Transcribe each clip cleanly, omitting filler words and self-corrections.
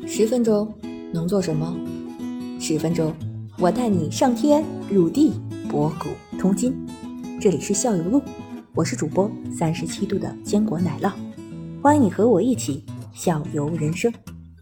10分钟能做什么？10分钟，我带你上天入地，博古通今。这里是校友录，我是主播37度的坚果奶酪，欢迎你和我一起校游人生。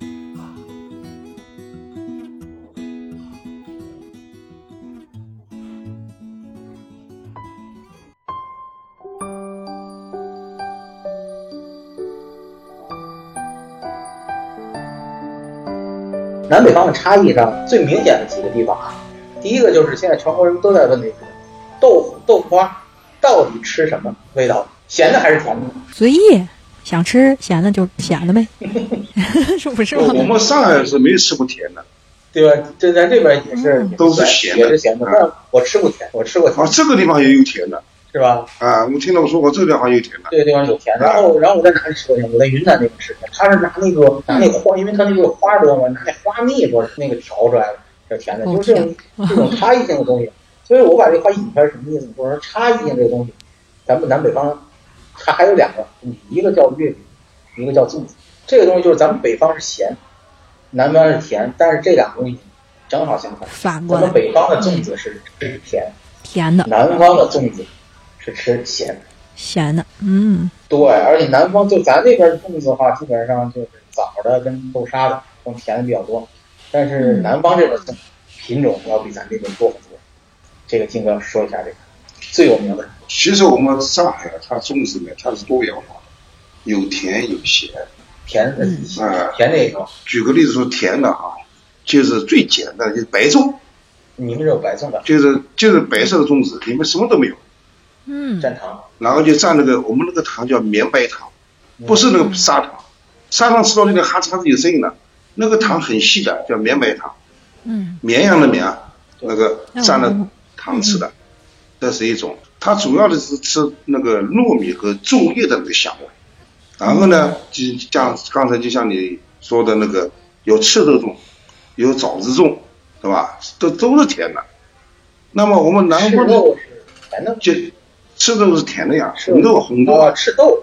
南北方的差异上最明显的几个地方啊，第一个就是现在全国人都在问这个豆腐花到底吃什么味道，咸的还是甜的？ 随意，想吃咸的就咸的呗，是不是吗？ 我们上海是没吃过甜的， 对吧？这在这边也是， 都是咸的， 也是咸的。但我吃过甜，我吃过甜。 这个地方也有甜的， 是吧？ 我听到说过这个地方有甜的。 这个地方有甜，然后我在哪里吃过甜？我在云南那边吃甜，他是拿那个花，因为他那个花多嘛，拿那花蜜做那个调出来的，叫甜的，就是这种差异性的东西。所以我把这话引出来什么意思？我说差异性这个东西，咱们南北方它还有两个，一个叫月饼，一个叫粽子。这个东西就是咱们北方是咸，南方是甜，但是这两个东西正好相反。 反过来， 咱们北方的粽子是吃甜的， 南方的粽子是吃咸的。对，而且南方就咱这边粽子的话，基本上就是枣的跟豆沙的，更甜的比较多。但是南方这边粽品种要比咱这边多很多。这个金哥说一下这个最有名的。 其实我们上海它粽子呢，它是多元化的，有甜有咸。 甜那个。 举个例子说，甜的就是最简单的，就是白粽。 你们这有白粽的？ 就是白色的粽子，里面什么都没有。 蘸糖。 然后就蘸我们那个糖叫绵白糖，不是那个砂糖。砂糖吃到那个哈嚓有声音的，那个糖很细的，叫绵白糖。绵羊的绵，那个蘸了糖吃的，这是一种。它主要的是吃那个糯米和粽叶的那个香味。然后呢，就像刚才就像你说的那个，有赤豆粽，有枣子粽，是吧？都是甜的。那么我们南方的是甜的， 就赤豆是甜的呀，红豆啊，赤豆。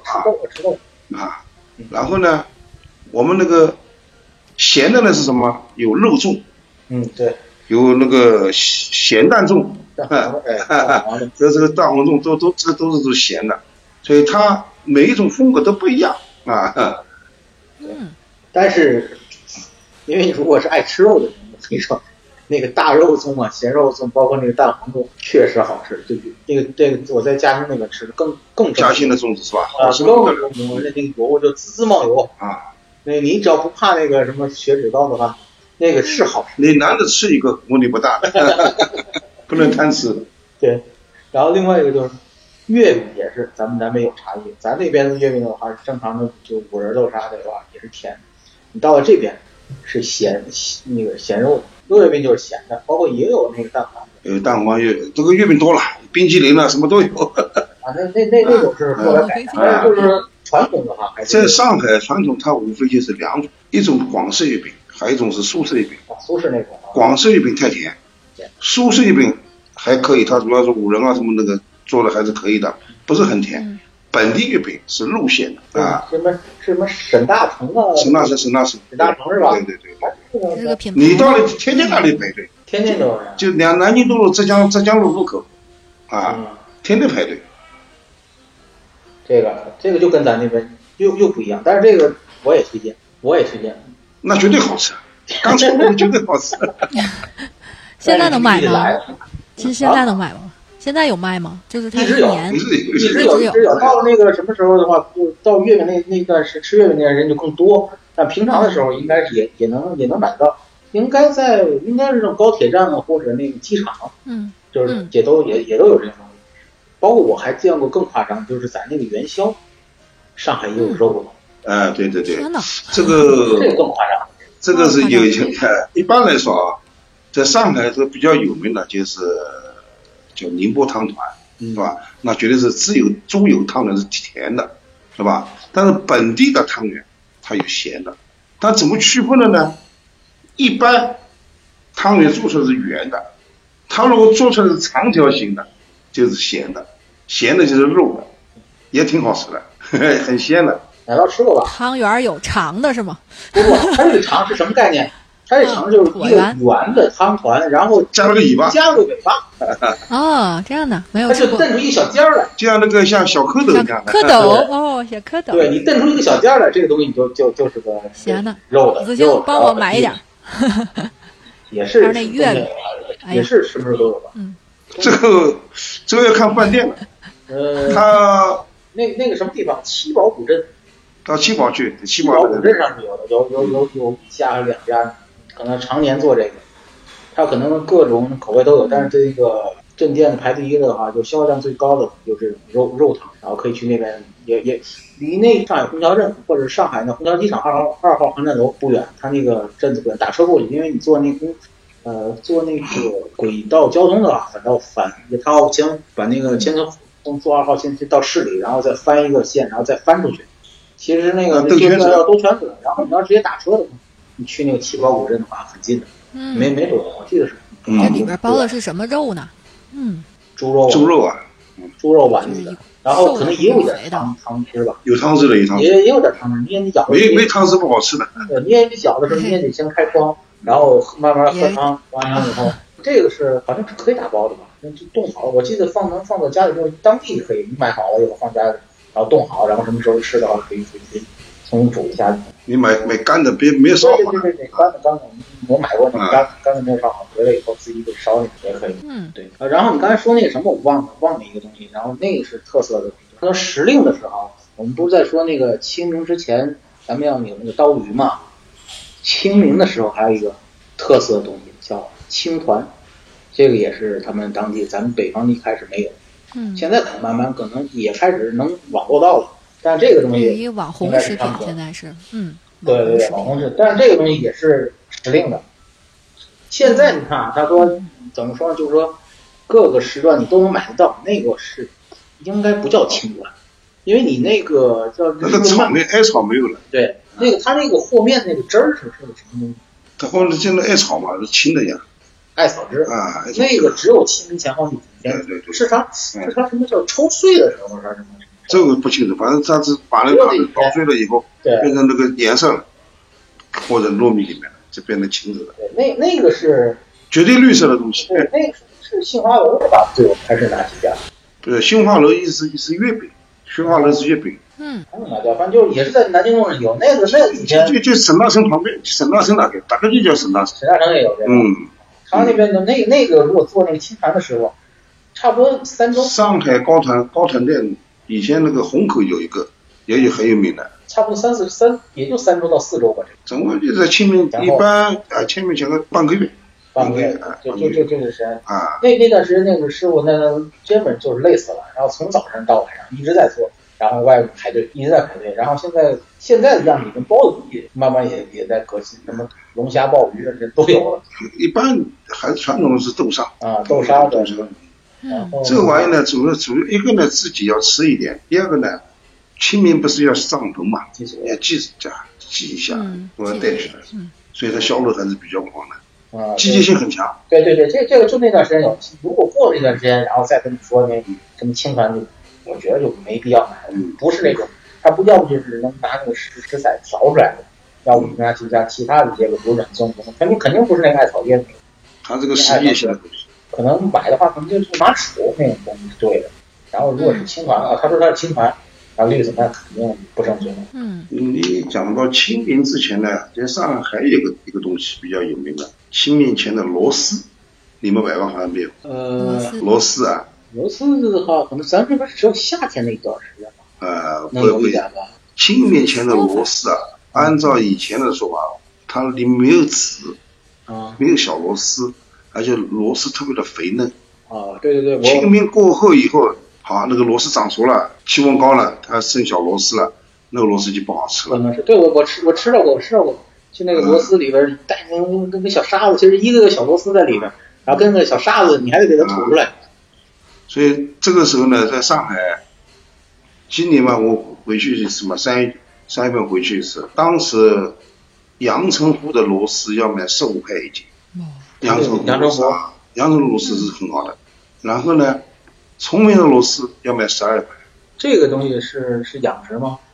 然后呢，我们那个咸的呢是什么？有肉粽， 对， 有那个咸蛋粽，这个大黄粽都是咸的，所以它每一种风格都不一样啊。 但是因为如果是爱吃肉的人，我跟你说，那个大肉粽啊，咸肉粽，包括那个蛋黄粽，确实好吃。就这个我在嘉兴那个吃的更嘉兴的粽子是吧？ 更正宗，那个油就滋滋冒油啊。 那你只要不怕那个什么血脂高的话，那个是好吃。 你难得吃一个问题不大，不能贪吃。 对，然后另外一个就是月饼也是，咱们南北有差异。咱那边的月饼的话，正常的就五仁豆沙的话也是甜，你到了这边是那个咸肉的，月饼就是咸的，包括也有那个蛋黄。 有蛋黄月饼，这个月饼多了，冰淇淋了什么都有。 那种是后来改的，就是传统的话还是。 在上海传统它无非就是两种，一种广式月饼，还有一种是苏式月饼。 苏式那种。 广式月饼太甜，苏式月饼还可以，它主要是五仁什么那个做的还是可以的，不是很甜。本地月饼是路线的什么沈大成啊？ 沈大成是吧？ 对。 这个品牌。 你到了天津那里排队， 天津都有。 就南京东路浙江路路口，天天排队。 这个就跟咱那边又不一样，但是这个我也推荐。 那绝对好吃，刚出炉绝对好吃。 现在能买吗？其实现在能买吗？现在有卖吗？就是它一直有。到了那个什么时候的话，就到月饼那段时吃月饼的人就更多，但平常的时候应该是也能买到，应该是这种高铁站啊或者那个机场，就是也都有这种东西。包括我还见过更夸张，就是在那个元宵，上海也有肉的。 对，这个更夸张。 这个是有一般来说在上海是比较有名的，就是叫宁波汤团，是吧？那绝对是只有猪油汤圆是甜的，是吧？但是本地的汤圆它有咸的，但怎么区分的呢？一般汤圆做出来是圆的，它如果做出来是长条形的，就是咸的，咸的就是肉的，也挺好吃的，很鲜的。 奶酪吃过吧？ 汤圆有长的是吗？ 不，它这个长是什么概念？它这长就是一个圆的汤团，然后加了个尾巴， 加了个尾巴。 哦，这样的没有它就瞪出一个小尖儿来， 就像那个像小蝌蚪一样的。 蝌蚪哦，小蝌蚪。 对，你瞪出一个小尖儿来，这个东西你就是个行的肉的。 子清帮我买一点。 也是那月饼， 也是什么时候都有吧。 这个要看饭店了。他那个什么地方，七宝古镇。 到七宝去，七宝古镇上是有的，有一家还是2家，可能常年做这个，它可能各种口味都有，但是这个镇店的排第一的话，就销量最高的就是肉汤，然后可以去那边，也离那上海虹桥镇或者上海的虹桥机场2号航站楼不远，它那个镇子不远，打车过去，因为你坐那个轨道交通的话，反倒反一套先把那个千层坐2号线到市里，然后再翻一个线，然后再翻出去。其实那个要兜圈子，然后你要直接打车的话，你去那个七宝古镇的话很近的，没多远，我记得是。 这里边包的是什么肉呢？ 猪肉啊，猪肉丸子的，然后可能也有点汤汁吧， 有汤汁的， 也有点汤汁，你咬没汤汁不好吃的。 对，你咬的时候你也得先开窗，然后慢慢喝汤，完了以后，这个是好像是可以打包的吧？就冻好了，我记得放到家里之后，当地可以买好了以后放家里。然后冻好，然后什么时候吃的话可以重新煮一下。 你买干的，别没烧好。 对，干的，我买过那个干的没有烧好，回来以后自己给烧进去也可以。对。然后你刚才说那个什么，我忘了一个东西，然后那个是特色的。可能时令的时候，我们不是在说那个清明之前，咱们要有那个刀鱼嘛。清明的时候还有一个特色的东西叫青团，这个也是他们当地咱们北方一开始没有。现在可能慢慢可能也开始能网购到了，但是这个东西网红食品现在是对网红食品，但是这个东西也是时令的。现在你看他说怎么说呢？就是说各个时段你都能买得到，那个是应该不叫青团，因为你那个叫那个草莓艾草没有了。 对，那个他那个和面那个汁儿是什么东西？ 他后面现在艾草嘛是青的呀。 艾草汁啊， 那个只有清明前后几天， 对， 是啥什么叫抽穗的时候是什么？ 这个不清楚，反正它是把那个捣碎了以后，变成那个颜色了，或者糯米里面就变成青色的。 对，那个是绝对绿色的东西。 对，那个是杏花楼的吧？对，还是哪几家？ 对，杏花楼一是月饼，杏花楼是月饼。 还有哪家？反正就是也是在南京路上有那个几天。 就沈大成旁边，沈大成那个大概就叫沈大成。 沈大成也有这个。他那边的那个，如果做那个青团的时候，差不多3周。 上海高团店以前那个虹口有一个，也很有名的。 差不多也就3周到4周吧。 总共就在清明一般清明前个半个月。 就是时间啊。那段时间那个师傅那根本就是累死了，然后从早上到晚上一直在做，然后外面排队一直在排队，然后现在的样子跟包的东西慢慢也在革新，什么龙虾、鲍鱼这都有了。 一般还是传统的是豆沙啊，豆沙。 这个玩意呢，主要一个呢自己要吃一点，第二个呢，清明不是要上头嘛，也记一下，我要带去了，所以它销路还是比较广的。季节性很强。 对，这个就那段时间有，如果过了一段时间，然后再跟你说那什么青团，我觉得就没必要买，不是那种，他不要不就是能拿那个食材调出来的，要不拿其他的这个比如软松，肯定不是那个艾草叶那个， 他这个实验性的东西， 可能买的话可能就是麻薯那种东西是对的，然后如果是青团啊，他说他是青团，然后绿色那肯定不正宗。 你讲到清明之前呢，在上海还有一个东西比较有名的。清明前的螺丝，你们买过好像没有？螺丝啊， 螺丝的话，可能咱这边只有夏天那一段时间吧。能有一点吧。 清明前的螺丝啊，按照以前的说法，它里面没有籽，没有小螺丝，而且螺丝特别的肥嫩。 对。 清明过后以后，好，那个螺丝长熟了，气温高了，它生小螺丝了，那个螺丝就不好吃了。 可能是，对我吃到过。就那个螺丝里边带跟个小沙子，其实一个小螺丝在里边，然后跟个小沙子，你还得给它吐出来。 所以这个时候呢，在上海，今年嘛，我回去一次嘛，3月份回去一次，当时阳澄湖的螺丝要卖15块一斤。阳澄湖螺丝是很好的。然后呢，崇明的螺丝要卖12块。 这个东西是养殖吗？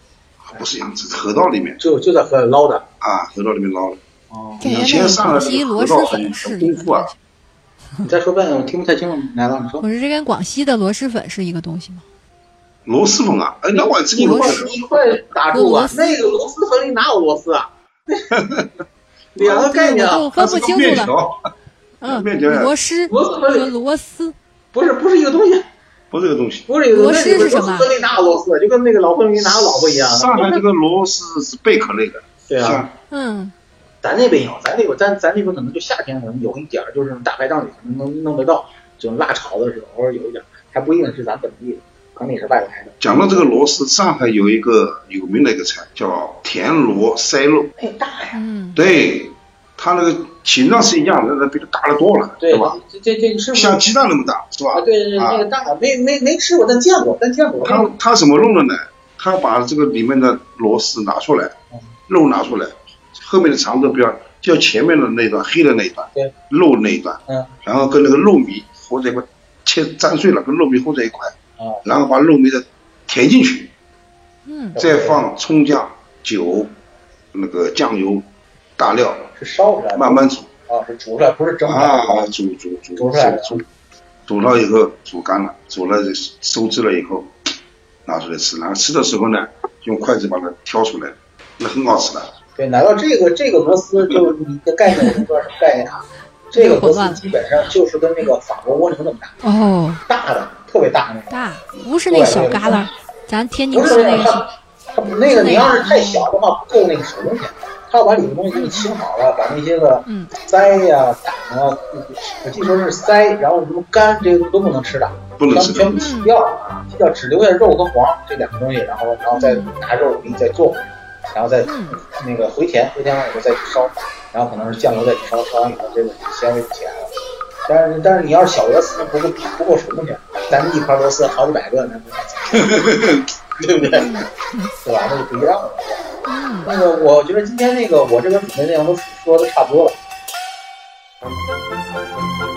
不是养殖，河道里面就在河里捞的啊，河道里面捞的。 哦， 以前上海的螺蛳粉是丰富啊。 你再说半天，我听不太清楚。来了，你说。 我说这跟广西的螺蛳粉是一个东西吗？ 螺蛳粉啊，哎，那我自己你快打住啊！那个螺蛳粉里哪有螺丝啊？两个概念啊， 我分不清楚了。螺蛳和螺丝不是一个东西。 不是这个东西， 不是一个螺蛳是什么？ 螺蛳里哪有螺丝？就跟那个老婚礼哪有老婆一样。 上海这个螺蛳是贝壳类的。 对啊。咱那边有，咱那边可能就夏天可能有一点，就是大排档里可能能弄得到，就辣炒的时候偶尔有一点，还不一定是咱本地的，可能也是外来的。 讲到这个螺蛳，上海有一个有名的一个菜叫田螺塞肉。 哎，大呀！ 对，它那个形状是一样的，那比它大得多了，对吧？ 这是像鸡蛋那么大，是吧？ 啊，对，那个大，没吃过，但见过。 它怎么弄的呢？它把这个里面的螺丝拿出来，肉拿出来。后面的肠子不要，就前面的那段黑的那一段， 对， 肉那一段，然后跟那个肉糜和在一块粘碎了，跟肉糜和在一块，然后把肉糜的填进去，再放葱姜、酒、那个酱油、大料， 是烧出来， 慢慢煮， 是煮出来，不是蒸啊，煮出来， 煮到以后煮干了，煮了收汁了以后，拿出来吃，然后吃的时候呢，用筷子把它挑出来，那很好吃的。 对，拿到这个螺丝，就是你的概念，我不知道什么概念啊。这个螺丝基本上就是跟那个法国蜗牛那么大哦， 大的，特别大那种。 大，不是那小疙瘩，咱天津吃那个。 它那个你要是太小的话，不够那个手东西。它要把里面东西给你清好了，把那些个鳃呀、胆啊，我记得是鳃，然后什么肝，这个都不能吃的， 不能吃， 全部洗掉，只留下肉和黄这两个东西，然后再拿肉给你再做。然后再那个回填完以后再去烧，然后可能是酱油再去烧完以后这个纤维就起来了。但是你要是小螺丝不够手动性，咱们一盘螺丝好几百个，那对不对？对吧？那就不一样了。那个我觉得今天我这边准备内容都说的差不多了。